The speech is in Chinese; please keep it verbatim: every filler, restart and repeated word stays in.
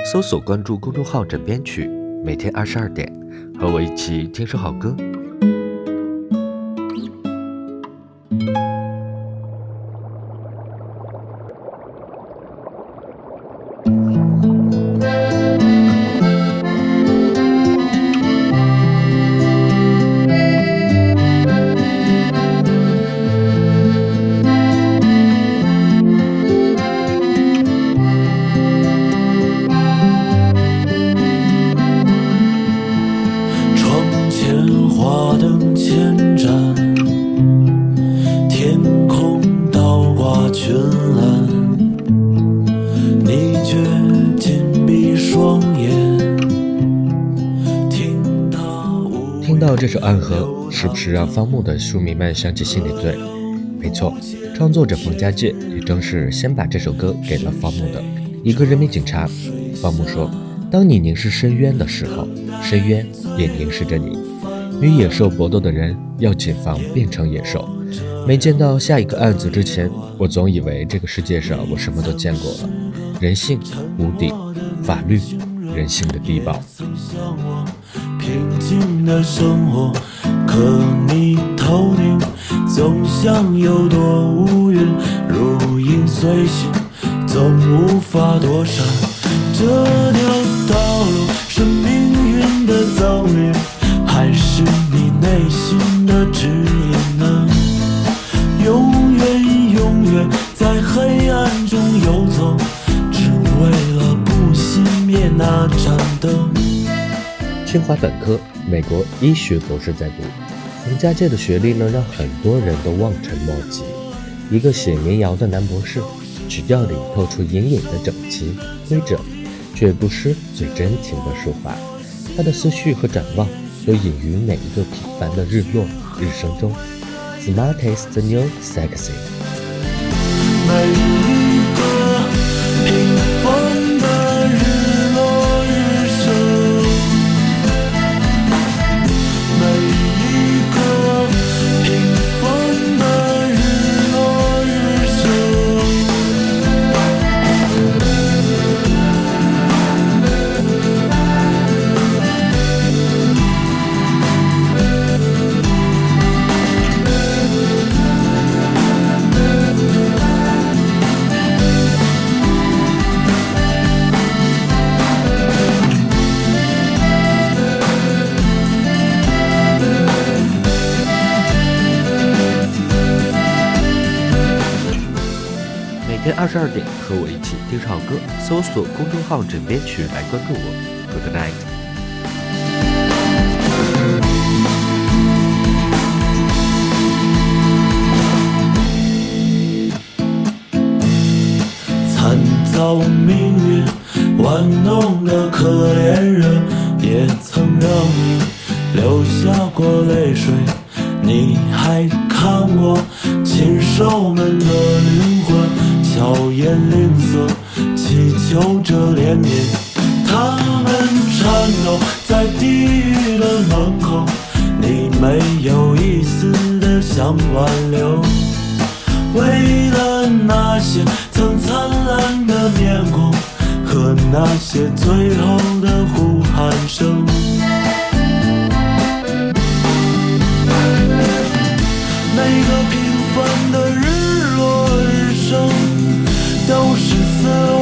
搜索关注公众号枕边曲，每天二十二点，和我一起听首好歌。 花灯千盏，天空倒挂群岚，你却紧闭双眼，听它无听到这首《暗河》，是不是让方木的书迷们想起心理罪？没错，创作者冯家界也正是先把这首歌给了方木的。一个人民警察，方木说，当你凝视深渊的时候，深渊也凝视着你。与野兽搏斗的人要谨防变成野兽。没见到下一个案子之前，我总以为这个世界上我什么都见过了。人性无敌，法律人性的低保。 平静的生活，可你头顶总像有朵乌云，如影随形，总无法躲闪。这条道路是命运的遭遇，还是你内心的指引呢？永远永远在黑暗中游走，只为了不熄灭那盏灯。 清华本科，美国医学博士在读。冯家界的学历能让很多人都望尘莫及。一个写民谣的男博士，曲调里透出隐隐的整齐规整，却不失最真情的抒发。他的思绪和展望都隐于每一个平凡的日落日升中。 Smart is the new sexy。 每一个平凡的日落日升，每一个平凡的日落日升。 每天二十二点，和我一起听首好歌，搜索公众号枕边曲来关注我。Good night。 惨遭命运玩弄的可怜人，也曾让你流下过泪水。你还看过禽兽们的灵魂，巧言令色，祈求着怜悯。他们颤抖在地狱的门口，你没有一丝的想挽留。为了那些曾灿烂的面孔和那些最后的呼喊声，每个平凡的日落日升都是死